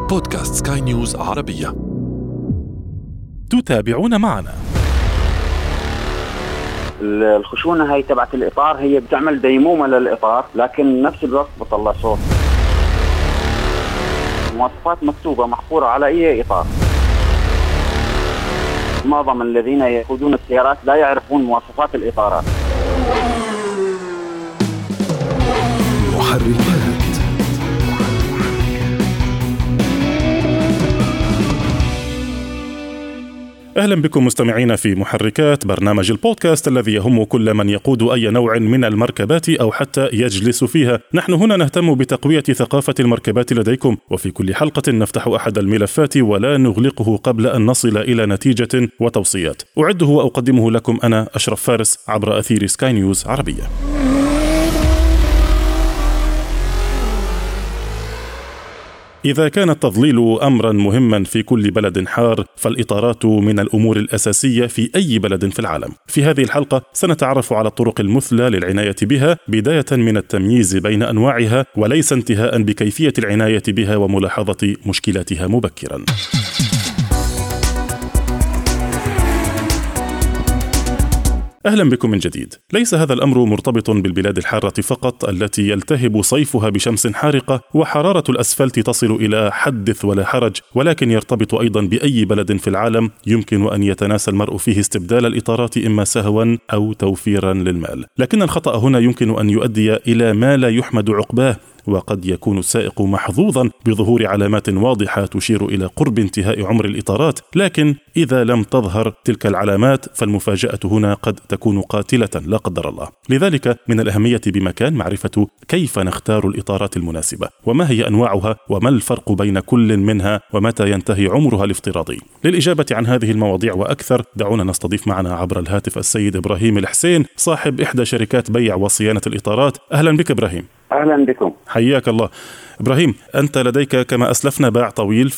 بودكاست سكاي نيوز عربية. تتابعون معنا. الخشونة هاي تبعت الإطار هي بتعمل ديمومة للإطار، لكن نفس الوقت بتطلع صوت. مواصفات مكتوبة محفورة على أي إطار. معظم الذين يقودون السيارات لا يعرفون مواصفات الإطارات. محركات. أهلا بكم مستمعين في محركات، برنامج البودكاست الذي يهم كل من يقود أي نوع من المركبات أو حتى يجلس فيها. نحن هنا نهتم بتقوية ثقافة المركبات لديكم، وفي كل حلقة نفتح أحد الملفات ولا نغلقه قبل أن نصل إلى نتيجة وتوصيات. أعده وأقدمه لكم أنا أشرف فارس عبر أثير سكاي نيوز عربية. إذا كان التظليل أمرا مهما في كل بلد حار، فالإطارات من الأمور الأساسية في أي بلد في العالم. في هذه الحلقة سنتعرف على الطرق المثلى للعناية بها، بداية من التمييز بين أنواعها، وليس انتهاء بكيفية العناية بها وملاحظة مشكلاتها مبكرا. أهلا بكم من جديد. ليس هذا الأمر مرتبط بالبلاد الحارة فقط التي يلتهب صيفها بشمس حارقة وحرارة الأسفلت تصل إلى حدث ولا حرج، ولكن يرتبط أيضا بأي بلد في العالم يمكن أن يتناسى المرء فيه استبدال الإطارات إما سهوا أو توفيرا للمال. لكن الخطأ هنا يمكن أن يؤدي إلى ما لا يحمد عقباه، وقد يكون السائق محظوظا بظهور علامات واضحة تشير إلى قرب انتهاء عمر الإطارات، لكن إذا لم تظهر تلك العلامات فالمفاجأة هنا قد تكون قاتلة لا قدر الله. لذلك من الأهمية بمكان معرفة كيف نختار الإطارات المناسبة، وما هي أنواعها، وما الفرق بين كل منها، ومتى ينتهي عمرها الافتراضي. للإجابة عن هذه المواضيع وأكثر دعونا نستضيف معنا عبر الهاتف السيد إبراهيم الحسين، صاحب إحدى شركات بيع وصيانة الإطارات. أهلا بك إبراهيم. أهلا بكم. حياك الله. إبراهيم، أنت لديك كما أسلفنا باع طويل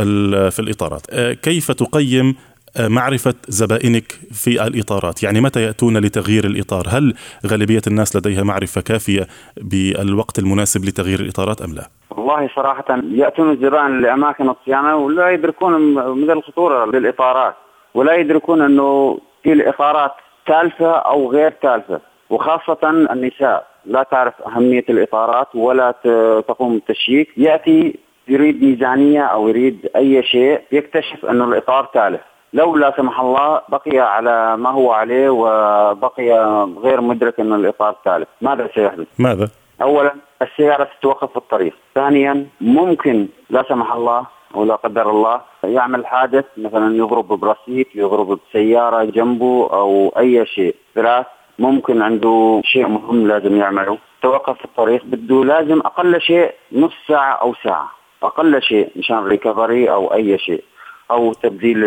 في الإطارات. كيف تقيم معرفة زبائنك في الإطارات؟ يعني متى يأتون لتغيير الإطار؟ هل غالبية الناس لديها معرفة كافية بالوقت المناسب لتغيير الإطارات أم لا؟ والله صراحة يأتون الزبائن لأماكن الصيانة ولا يدركون مدى الخطورة للإطارات، ولا يدركون أنه في الإطارات تالفة أو غير تالفة، وخاصة النساء لا تعرف أهمية الإطارات ولا تقوم بالتشييك. يأتي يريد ميزانية أو يريد أي شيء، يكتشف أنه الإطار تالف، لو لا سمح الله بقي على ما هو عليه وبقي غير مدرك أن الإطار تالف. ماذا سيحدث؟ ماذا؟ أولا السيارة تتوقف في الطريق. ثانيا ممكن لا سمح الله ولا قدر الله يعمل حادث، مثلا يضرب برصيف، يضرب بسيارة جنبه أو أي شيء. ثلاث ممكن عنده شيء مهم لازم يعمله، توقف في الطريق، بده لازم أقل شيء نص ساعة أو ساعة، أقل شيء مشان ريكفري أو أي شيء، أو تبديل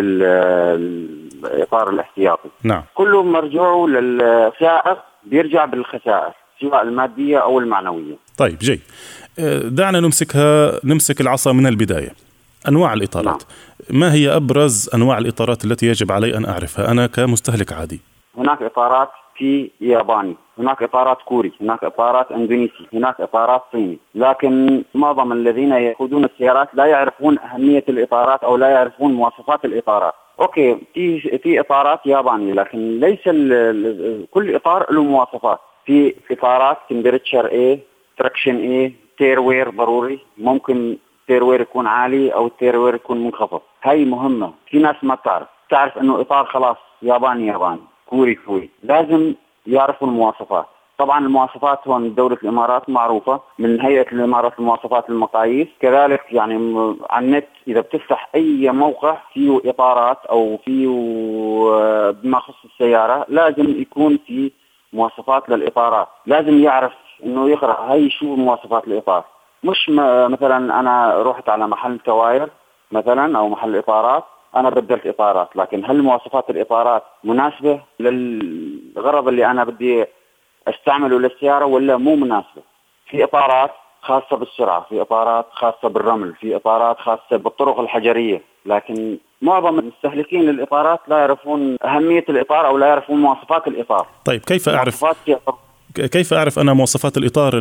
الإطار الاحتياطي. نعم. كله مرجوعه للسائق، بيرجع بالخسائر سواء المادية أو المعنوية. طيب جيد، دعنا نمسك العصا من البداية. أنواع الإطارات. نعم. ما هي أبرز أنواع الإطارات التي يجب علي أن أعرفها أنا كمستهلك عادي؟ هناك إطارات في ياباني، هناك إطارات كوري، هناك إطارات إندونيسي، هناك إطارات صيني، لكن معظم الذين يقودون السيارات لا يعرفون أهمية الإطارات أو لا يعرفون مواصفات الإطارات. أوكي، في إطارات ياباني، لكن ليس كل إطار له مواصفات. في إطارات تمبريتشر A، تراكشن A، تيروير ضروري، ممكن تيروير يكون عالي أو تيروير يكون منخفض. هاي مهمة، في ناس ما تعرف إنه إطار خلاص ياباني، كوري، لازم يعرفوا المواصفات. طبعا المواصفات هون دولة الإمارات معروفة من هيئة الإمارات المواصفات المقاييس، كذلك يعني على النت إذا بتفتح أي موقع فيه إطارات أو فيه بما يخص السيارة لازم يكون في مواصفات للإطارات، لازم يعرف إنه يقرأ هاي شو مواصفات الإطار. مش مثلا أنا رحت على محل تواير مثلا أو محل إطارات، أنا بدلت إطارات، لكن هل مواصفات الإطارات مناسبة للغرض اللي أنا بدي أستعمله للسيارة ولا مو مناسبة؟ في إطارات خاصة بالسرعة، في إطارات خاصة بالرمل، في إطارات خاصة بالطرق الحجرية، لكن معظم المستهلكين للإطارات لا يعرفون أهمية الإطار أو لا يعرفون مواصفات الإطار. طيب كيف أعرف كيف أعرف أنا مواصفات الإطار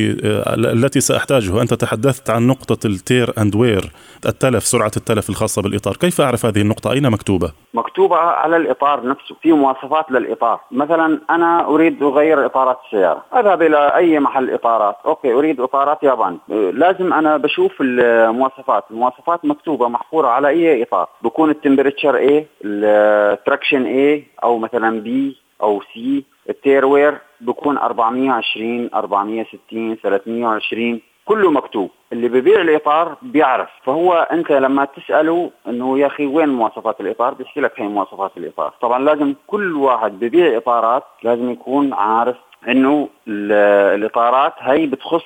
التي سأحتاجه؟ أنت تحدثت عن نقطة التير أند وير، التلف، سرعة التلف الخاصة بالإطار. كيف أعرف هذه النقطة؟ أين مكتوبة؟ مكتوبة على الإطار نفسه، في مواصفات للإطار. مثلا أنا أريد أغير إطارات السيارة، أذهب إلى أي محل إطارات، أوكي أريد إطارات ياباني، لازم أنا بشوف المواصفات مكتوبة محفورة على أي إطار، بكون التمبريتشر A، التراكشن A أو مثلا B أو C، التيروير بكون 420 460 320، كله مكتوب. اللي ببيع الإطار بيعرف، فهو أنت لما تسأله إنه يا أخي وين مواصفات الإطار، بيحكي لك هي مواصفات الإطار. طبعا لازم كل واحد ببيع إطارات لازم يكون عارف إنه الإطارات هي بتخص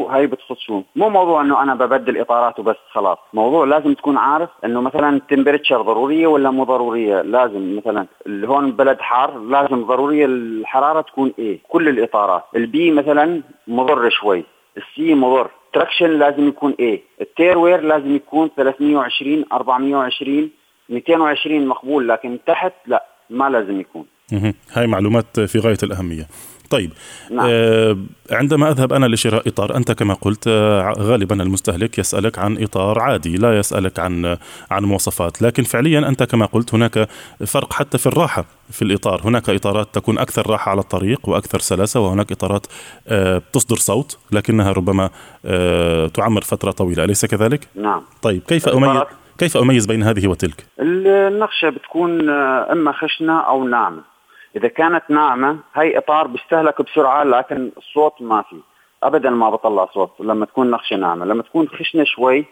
شو، مو موضوع إنه أنا ببدل إطارات وبس خلاص. موضوع لازم تكون عارف إنه مثلا التمبريتشر ضرورية ولا مو ضرورية. لازم مثلا اللي هون بلد حار، لازم ضرورية الحرارة تكون كل الإطارات. البي مثلا مضر شوي، السي مضر، تراكشن لازم يكون التيروير لازم يكون 320 420 220 مقبول، لكن تحت لا، ما لازم يكون. هاي معلومات في غاية الأهمية. طيب، نعم. عندما أذهب أنا لشراء إطار، أنت كما قلت غالبا المستهلك يسألك عن إطار عادي، لا يسألك عن مواصفات، لكن فعليا أنت كما قلت هناك فرق حتى في الراحة في الإطار. هناك إطارات تكون أكثر راحة على الطريق وأكثر سلاسة، وهناك إطارات تصدر صوت لكنها ربما تعمر فترة طويلة، أليس كذلك؟ نعم. طيب، كيف أميز بين هذه وتلك؟ النقشة بتكون إما خشنة أو ناعمة. إذا كانت ناعمة هاي إطار بيستهلك بسرعة، لكن الصوت ما في أبدا، ما بطلع صوت لما تكون نقشة ناعمة. لما تكون خشنة شوي،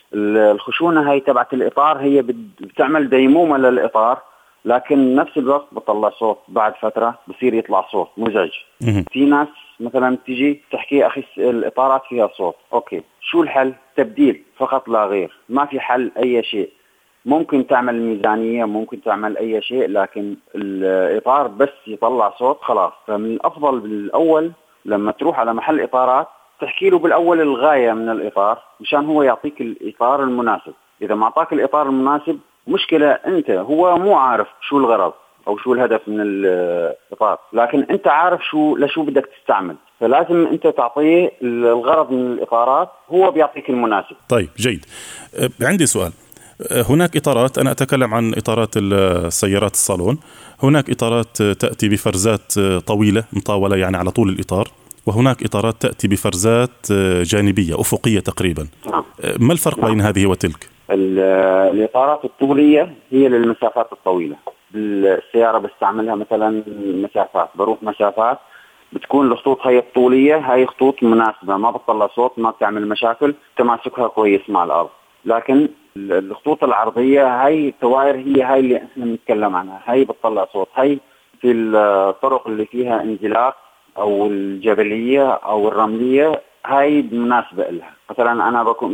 الخشونة هاي تبعت الإطار هي بتعمل ديمومة للإطار، لكن نفس الوقت بطلع صوت. بعد فترة بصير يطلع صوت مزعج. في ناس مثلا تيجي تحكي أخي الإطارات فيها صوت، أوكي شو الحل؟ تبديل فقط لا غير، ما في حل أي شيء. ممكن تعمل ميزانية، ممكن تعمل أي شيء، لكن الإطار بس يطلع صوت خلاص. فمن الأفضل بالأول لما تروح على محل إطارات تحكي له بالأول الغاية من الإطار، مشان هو يعطيك الإطار المناسب. إذا ما أعطاك الإطار المناسب مشكلة، أنت هو مو عارف شو الغرض أو شو الهدف من الإطار، لكن أنت عارف لشو بدك تستعمل، فلازم أنت تعطيه الغرض من الإطارات، هو بيعطيك المناسب. طيب، جيد. عندي سؤال. هناك إطارات، أنا أتكلم عن إطارات السيارات الصالون، هناك إطارات تأتي بفرزات طويلة مطاولة يعني على طول الإطار، وهناك إطارات تأتي بفرزات جانبية أفقية تقريبا. ما الفرق بين هذه وتلك؟ الإطارات الطولية هي للمسافات الطويلة. السيارة بستعملها مثلا مسافات، بروح مسافات، بتكون الخطوط هي الطولية، هاي خطوط مناسبة، ما بتطلع صوت، ما بتعمل مشاكل، تماسكها كويس مع الأرض. لكن الخطوط العرضية هاي التوائر هاي اللي احنا بنتكلم عنها، هاي بتطلع صوت. هاي في الطرق اللي فيها انزلاق او الجبلية او الرملية هاي مناسبة لها. مثلا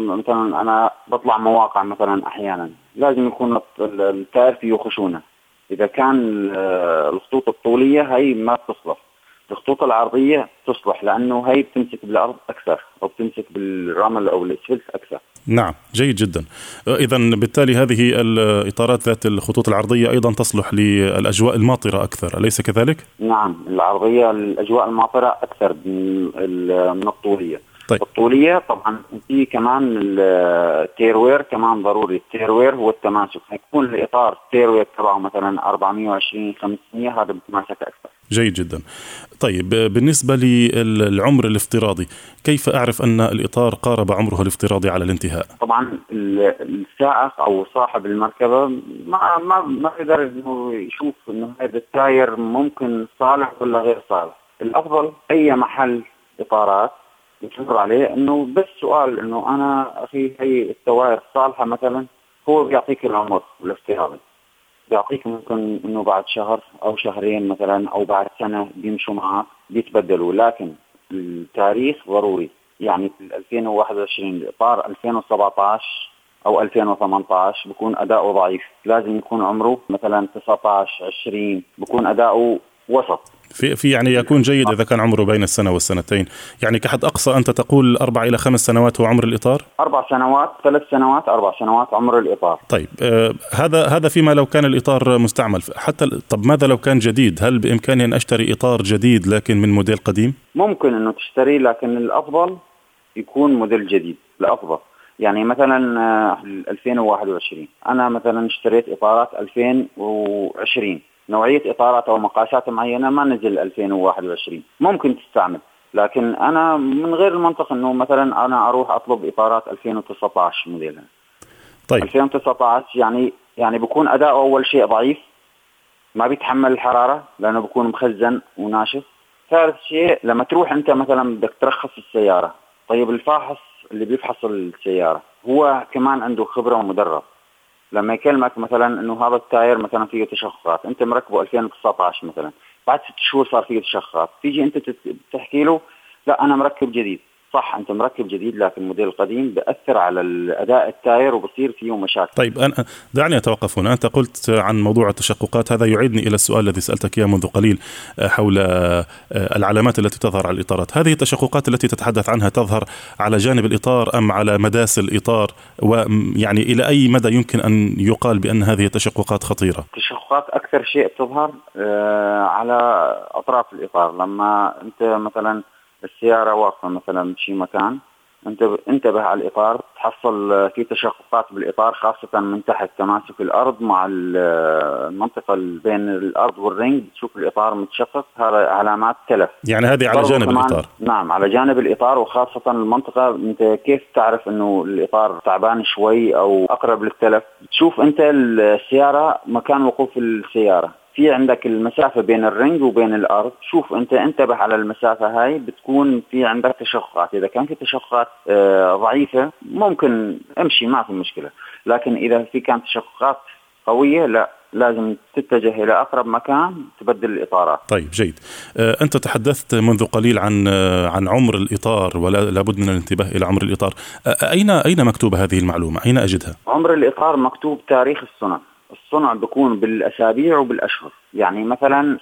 انا بطلع مواقع مثلا احيانا لازم يكون التائر فيه خشونة. اذا كان الخطوط الطولية هاي ما بتصلح، الخطوط العرضية تصلح، لانه هاي بتمسك بالارض اكثر او بتمسك بالرمل او الاسفلت اكثر. نعم، جيد جدا. إذن بالتالي هذه الإطارات ذات الخطوط العرضية أيضا تصلح للأجواء الماطرة أكثر، أليس كذلك؟ نعم، العرضية الأجواء الماطرة أكثر من الطولية. طيب. الطولية طبعا في كمان التيروير كمان ضروري. التيروير هو التماسك، يكون الإطار التيروير تبعه مثلا 420 500، هذا بتماسك أكثر. جيد جدا. طيب، بالنسبة للعمر الافتراضي، كيف أعرف أن الإطار قارب عمره الافتراضي على الانتهاء؟ طبعا السائق أو صاحب المركبة ما يقدر إنه يشوف إنه هذا التاير ممكن صالح ولا غير صالح. الأفضل أي محل إطارات يشوف عليه إنه بس سؤال إنه أنا أخي هي التواير صالحة مثلا، هو بيعطيك العمر الافتراضي، بيعطيك ممكن إنه بعد شهر أو شهرين مثلا أو بعد سنة بيمشوا معك بيتبدلوا. لكن التاريخ ضروري، يعني في 2021 الإطار 2017 أو 2018 بكون أداؤه ضعيف، لازم يكون عمره مثلا 19 20، بكون أداؤه وسط. في يعني يكون جيد إذا كان عمره بين السنة والسنتين، يعني كحد أقصى أنت تقول 4 إلى 5 سنوات هو عمر الإطار؟ 4 سنوات 3 سنوات 4 سنوات عمر الإطار. طيب هذا فيما لو كان الإطار مستعمل. حتى طب ماذا لو كان جديد؟ هل بإمكاني أن أشتري إطار جديد لكن من موديل قديم؟ ممكن أنه تشتري، لكن الأفضل يكون موديل جديد. الأفضل يعني مثلا 2021 أنا مثلا اشتريت إطارات 2020 نوعية إطارات أو مقاسات معينة ما نزل 2021 ممكن تستعمل. لكن أنا من غير المنطق أنه مثلا أنا أروح أطلب إطارات 2019 موديلها. طيب 2019 يعني بيكون أداء أول شيء ضعيف، ما بيتحمل الحرارة لأنه بيكون مخزن وناشف. ثالث شيء لما تروح أنت مثلا بدك ترخص السيارة، طيب الفاحص اللي بيفحص السيارة هو كمان عنده خبرة ومدرب. لما يكلمك مثلا انه هذا التاير مثلا فيه تشخصات، انت مركبه 2019 مثلا، بعد 6 شهور صار فيه تشخصات، تيجي انت تحكي له لا انا مركب جديد. صح انت مركب جديد، لكن الموديل القديم بأثر على الاداء التاير وبصير فيه مشاكل. طيب أنا دعني أتوقف هنا. أنت قلت عن موضوع التشققات، هذا يعيدني إلى السؤال الذي سألتك إياه منذ قليل حول العلامات التي تظهر على الإطارات. هذه التشققات التي تتحدث عنها تظهر على جانب الإطار أم على مداس الإطار؟ ويعني إلى أي مدى يمكن أن يقال بأن هذه التشققات خطيرة؟ التشققات أكثر شيء تظهر على أطراف الإطار. لما أنت مثلا السيارة واقفة مثلا بشي مكان، انتبه على الإطار، تحصل في تشققات بالإطار خاصة من تحت تماسك الأرض مع المنطقة بين الأرض والرنج، تشوف الإطار متشقق، هذا علامات تلف. يعني هذه على جانب الإطار؟ نعم على جانب الإطار، وخاصة المنطقة انت كيف تعرف انه الإطار تعبان شوي او اقرب للتلف؟ تشوف انت السيارة مكان وقوف السيارة، في عندك المسافة بين الرنج وبين الأرض، شوف أنت انتبه على المسافة هاي، بتكون في عندك تشققات. إذا كان في تشققات ضعيفة ممكن امشي ما في مشكلة، لكن إذا في كانت تشققات قوية لا، لازم تتجه إلى أقرب مكان تبدل الإطارات. طيب جيد. أنت تحدثت منذ قليل عن عمر الإطار، ولا لابد من الانتباه إلى عمر الإطار. أين مكتوبة هذه المعلومة؟ أين أجدها؟ عمر الإطار مكتوب تاريخ الصنع. الصنع بيكون بالأسابيع وبالأشهر، يعني مثلا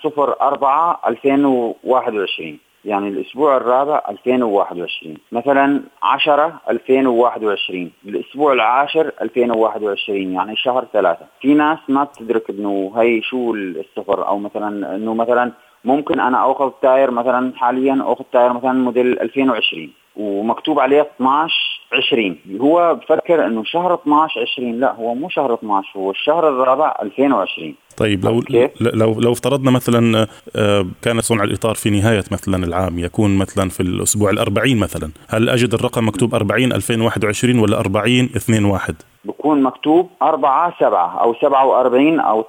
04/4/2021 يعني الأسبوع الرابع 2021، مثلا 10/2021 الأسبوع العاشر 2021 يعني شهر 3. في ناس ما بتدرك إنه هاي شو الصفر، أو مثلا إنه مثلا ممكن أنا أخذ تاير مثلا حاليا أخذ تاير مثلا موديل 2020 ومكتوب عليه 12/20، هو بفكر انه شهر 12/20، لا هو مو شهر 12، هو الشهر الرابع 2020. طيب لو افترضنا مثلا كان صنع الإطار في نهاية مثلا العام، يكون مثلا في الأسبوع 40 مثلا، هل أجد الرقم مكتوب 40/2021 ولا 40/2/1؟ بكون مكتوب 4/7 أو 47 أو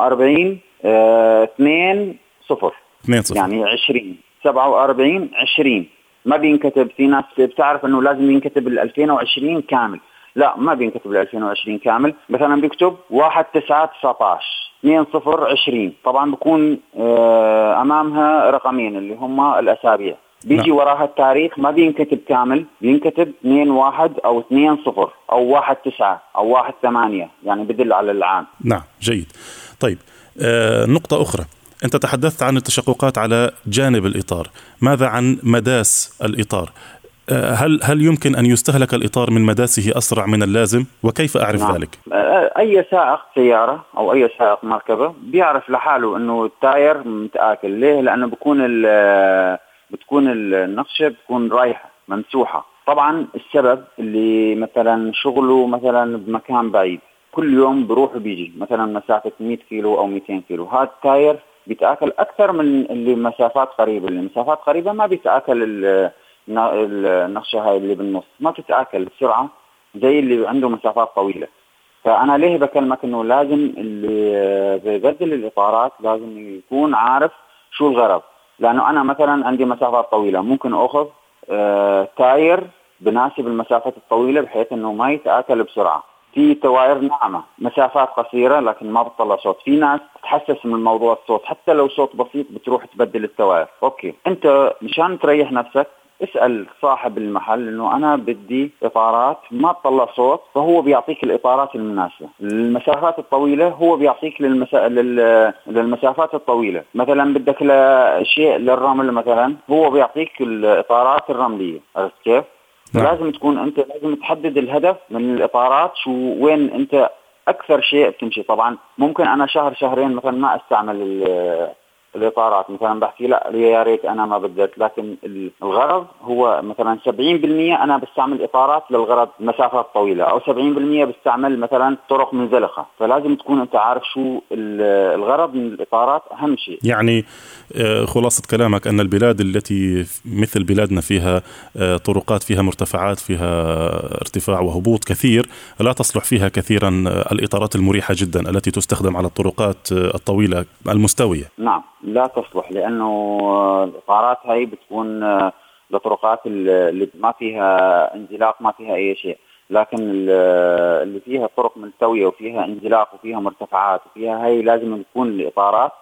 48/2/0 يعني 20 47/20 ما بينكتب. في ناس بتعرف انه لازم ينكتب 2020 كامل، لا ما بينكتب 2020 كامل، مثلا بيكتب 1/9/19 2/0/20، طبعا بكون امامها رقمين اللي هم الاسابيع، بيجي وراها التاريخ ما بينكتب كامل، بينكتب 2/1 أو 2/0 أو 1/9 أو 1/8 يعني بدل على العام. نعم جيد. طيب نقطة أخرى، أنت تحدثت عن التشققات على جانب الإطار، ماذا عن مداس الإطار؟ هل يمكن أن يستهلك الإطار من مداسه أسرع من اللازم؟ وكيف أعرف ذلك؟ أي سائق سيارة أو أي سائق مركبة بيعرف لحاله أنه التاير متآكل. ليه؟ لأنه بتكون النقشة بتكون رايحة ممسوحة. طبعا السبب اللي مثلا شغله مثلا بمكان بعيد، كل يوم بروح وبيجي مثلا مسافة 100 كيلو أو 200 كيلو، هذا التاير بيتآكل أكثر من اللي مسافات قريبة. اللي مسافات قريبة ما بيتآكل النقشة هاي اللي بالنص، ما بتتآكل بسرعة زي اللي عنده مسافات طويلة. فأنا ليه بكلمك إنه لازم اللي بيبدل الإطارات لازم يكون عارف شو الغرض. لأنه أنا مثلا عندي مسافات طويلة، ممكن أخذ تاير بناسب المسافات الطويلة بحيث إنه ما يتآكل بسرعة. في تواير ناعمة مسافات قصيرة لكن ما بتطلع صوت. في ناس تحسس من موضوع الصوت، حتى لو صوت بسيط بتروح تبدل التواير. أوكي، أنت مشان تريح نفسك اسأل صاحب المحل إنه أنا بدي إطارات ما تطلع صوت، فهو بيعطيك الإطارات المناسبة. المسافات الطويلة هو بيعطيك للمسافات الطويلة. مثلا بدك شيء للرمل مثلا، هو بيعطيك الإطارات الرملية. عرفت كيف؟ لازم تكون أنت لازم تحدد الهدف من الإطارات، شو وين أنت أكثر شيء بتمشي. طبعا ممكن أنا شهر شهرين مثلا ما أستعمل الإطارات، مثلا بحكي لا يا ريت أنا ما بدأت، لكن الغرض هو مثلا 70% أنا بستعمل إطارات للغرض مسافات طويلة، أو 70% بستعمل مثلا طرق منزلقة. فلازم تكون أنت عارف شو الغرض من الإطارات أهم شيء. يعني خلاصة كلامك أن البلاد التي مثل بلادنا فيها طرقات، فيها مرتفعات، فيها ارتفاع وهبوط كثير، لا تصلح فيها كثيرا الإطارات المريحة جدا التي تستخدم على الطرقات الطويلة المستوية. نعم لا تصلح، لأنه الإطارات هاي بتكون لطرقات اللي ما فيها انزلاق، ما فيها أي شيء. لكن اللي فيها طرق ملتوية وفيها انزلاق وفيها مرتفعات وفيها هاي لازم تكون الإطارات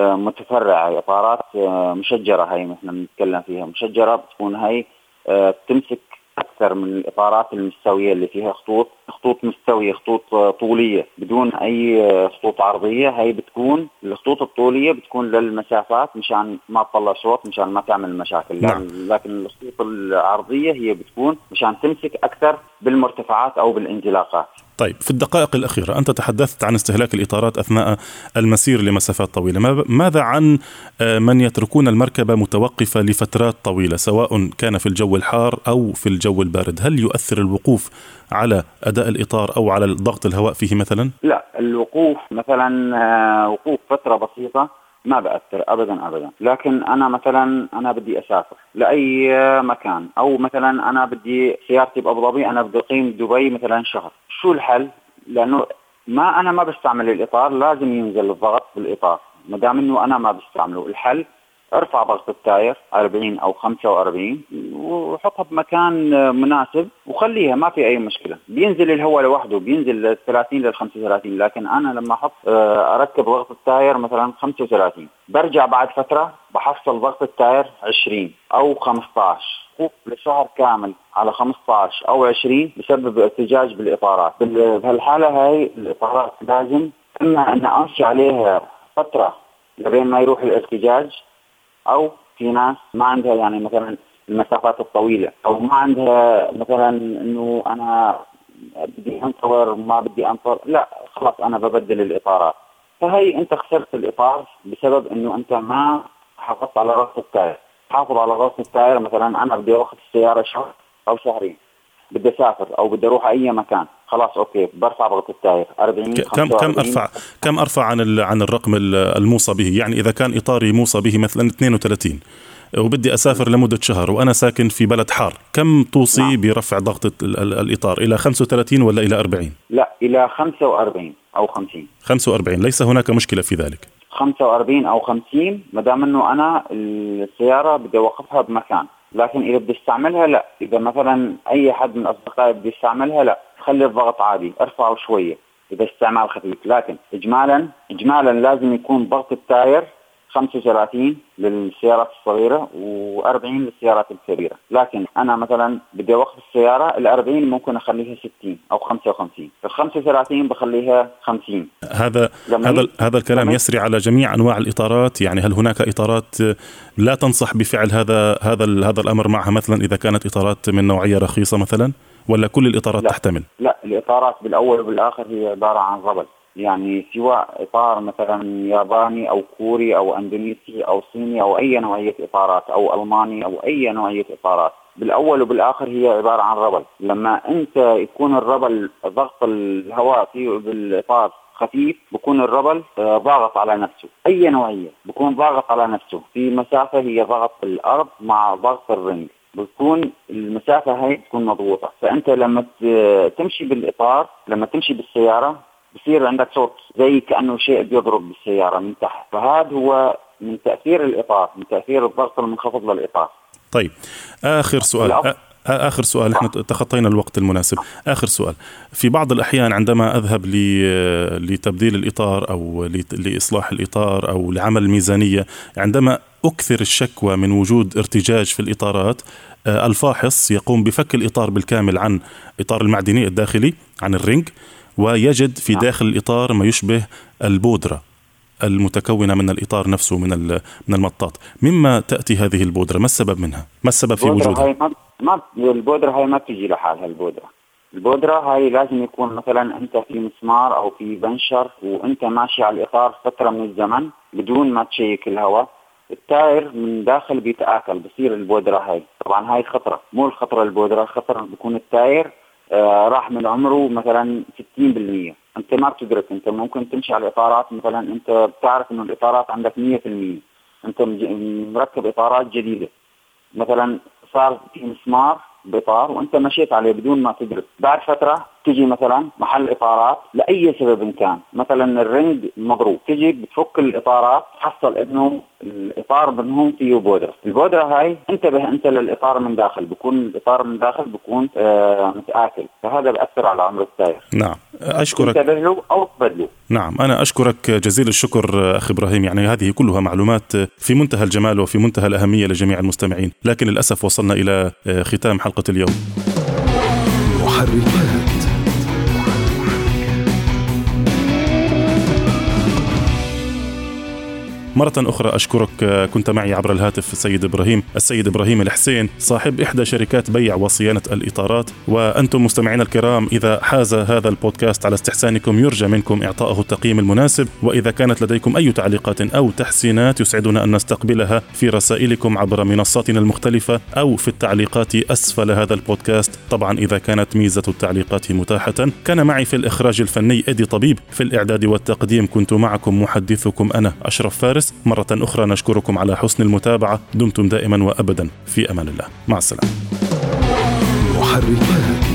متفرعة، إطارات مشجرة. هاي احنا بنتكلم فيها مشجرة، بتكون هاي تمسك أكثر من الإطارات المستوية اللي فيها خطوط مستوية، خطوط طولية بدون أي خطوط عرضية. هاي بتكون الخطوط الطولية بتكون للمسافات مشان ما تطلع صوت، مشان ما تعمل مشاكل. لكن الخطوط العرضية هي بتكون مشان تمسك أكثر بالمرتفعات أو بالانزلاقات. طيب، في الدقائق الأخيرة أنت تحدثت عن استهلاك الإطارات أثناء المسير لمسافات طويلة. ماذا عن من يتركون المركبة متوقفة لفترات طويلة، سواء كان في الجو الحار أو في الجو البارد؟ هل يؤثر الوقوف على أداء الإطار أو على ضغط الهواء فيه مثلا؟ لا، الوقوف مثلا وقوف فترة بسيطة ما بأثر أبدا. لكن أنا مثلا أنا بدي أسافر لأي مكان، أو مثلا أنا بدي سيارتي بأبو ظبي، أنا بدي أقيم دبي مثلا شهر. شو الحل؟ لأنه أنا ما بستعمل الإطار، لازم ينزل الضغط بالإطار. ما دام إنه أنا ما بستعمله، الحل ارفع ضغط التاير 40 أو 45 وحطها بمكان مناسب وخليها، ما في أي مشكلة. بينزل الهواء لوحده، بينزل 30 لل 35. لكن أنا لما أركب ضغط التاير مثلا 35، برجع بعد فترة بحصل ضغط التاير 20 أو 15 لشهر كامل على 15 أو 20 بسبب ارتجاج بالإطارات. بهالحالة هاي الإطارات لازم إما أن أمشي عليها فترة لبين ما يروح الارتجاج، أو في ناس ما عندها يعني مثلا المسافات الطويلة، أو ما عندها مثلا إنه أنا بدي أنطر ما بدي أنطر، لا خلاص أنا ببدل الإطارات. فهي أنت خسرت الإطار بسبب إنه أنت ما حافظت على ضغط التاير. حافظ على ضغط التاير. مثلا أنا بدي أخذ السيارة شهر أو شهرين، بدي أسافر أو بدي أروح أي مكان، خلاص أوكي برفع ضغط التاير 40 كم أرفع عن الرقم الموصى به؟ يعني إذا كان إطاري موصى به مثلا 32 وبدي أسافر لمدة شهر وأنا ساكن في بلد حار، كم توصي برفع ضغط الإطار؟ إلى 35 ولا إلى 40؟ لا، إلى 45 أو 50. 45 ليس هناك مشكلة في ذلك. 45 أو 50 مدام أنه أنا السيارة بدي أوقفها بمكان. لكن إذا بدي استعملها لا، إذا مثلا أي حد من أصدقائي بدي استعملها لا، خلي الضغط عادي، ارفعه شوية إذا استعمال خفيف. لكن إجمالا لازم يكون ضغط التاير 35 للسيارات الصغيرة و40 للسيارات الكبيرة. لكن أنا مثلا بدي أوقف السيارة 40 ممكن أخليها 60 أو 55، 35 بخليها 50. هذا الكلام يسري على جميع أنواع الإطارات. يعني هل هناك إطارات لا تنصح بفعل هذا الأمر معها، مثلا إذا كانت إطارات من نوعية رخيصة مثلا، ولا كل الإطارات تحتمل؟ لا، الإطارات بالأول وبالآخر هي عبارة عن ربل. يعني سواء إطار مثلا ياباني أو كوري أو أندونيسي أو صيني أو أي نوعية إطارات أو ألماني أو أي نوعية إطارات، بالأول وبالآخر هي عبارة عن ربل. لما أنت يكون الربل ضغط الهواء فيه بالإطار خفيف، بكون الربل ضاغط على نفسه. أي نوعية بكون ضاغط على نفسه في مسافة هي ضغط الأرض مع ضغط الرنج، بتكون المسافة هاي تكون مضغوطة. فأنت لما تمشي بالإطار، لما تمشي بالسيارة، بصير عندك صوت زي كأنه شيء بيضرب بالسيارة من تحت. فهذا هو من تأثير الإطار، من تأثير الضغط المنخفض للإطار. طيب، آخر سؤال، احنا تخطينا الوقت المناسب. آخر سؤال، في بعض الأحيان عندما أذهب لتبديل الإطار أو لإصلاح الإطار أو لعمل ميزانية، عندما أكثر الشكوى من وجود ارتجاج في الإطارات، الفاحص يقوم بفك الإطار بالكامل عن إطار المعدني الداخلي عن الرينج، ويجد في داخل الإطار ما يشبه البودرة المتكونة من الإطار نفسه من المطاط. مما تأتي هذه البودرة؟ ما السبب منها؟ ما السبب في وجودها؟ البودرة هاي ما بتجي لحالها. البودرة هاي لازم يكون مثلا أنت في مسمار أو في بنشر وأنت ماشي على الإطار فترة من الزمن بدون ما تشيك الهواء، التاير من داخل بيتآكل، بصير البودرة هاي. طبعا هاي خطرة، مو الخطرة البودرة، الخطرة بيكون التاير راح من عمره مثلا 60%. انت ما بتدرك، انت ممكن تمشي على الاطارات مثلا، انت بتعرف انه الاطارات عندك 100%، انت مركب اطارات جديدة مثلا، صار في مسمار باطار وانت مشيت عليه بدون ما تدرك، بعد فترة تجي مثلا محل اطارات لاي سبب كان، مثلا الرنج مضروب، تجي بتفك الاطارات تحصل انه الاطار منهم فيه بودرة. البودرة هاي انتبه انت للاطار من داخل، بكون الاطار من داخل بكون متآكل، فهذا بأثر على عمر التاير. نعم، اشكرك. انتبه له او تبدله. نعم، انا اشكرك جزيل الشكر اخي ابراهيم، يعني هذه كلها معلومات في منتهى الجمال وفي منتهى الأهمية لجميع المستمعين، لكن للأسف وصلنا الى ختام حلقة اليوم. محركات. مرة أخرى أشكرك. كنت معي عبر الهاتف السيد إبراهيم الحسين، صاحب إحدى شركات بيع وصيانة الإطارات. وأنتم مستمعين الكرام، إذا حاز هذا البودكاست على استحسانكم يرجى منكم إعطائه التقييم المناسب، وإذا كانت لديكم أي تعليقات أو تحسينات يسعدنا أن نستقبلها في رسائلكم عبر منصاتنا المختلفة أو في التعليقات أسفل هذا البودكاست. طبعا إذا كانت ميزة التعليقات متاحة. كان معي في الإخراج الفني إدي طبيب، في الإعداد والتقديم كنت معكم محدثكم أنا أشرف فارس. مرة أخرى نشكركم على حسن المتابعة، دمتم دائما وأبدا في أمان الله، مع السلامة. محركات.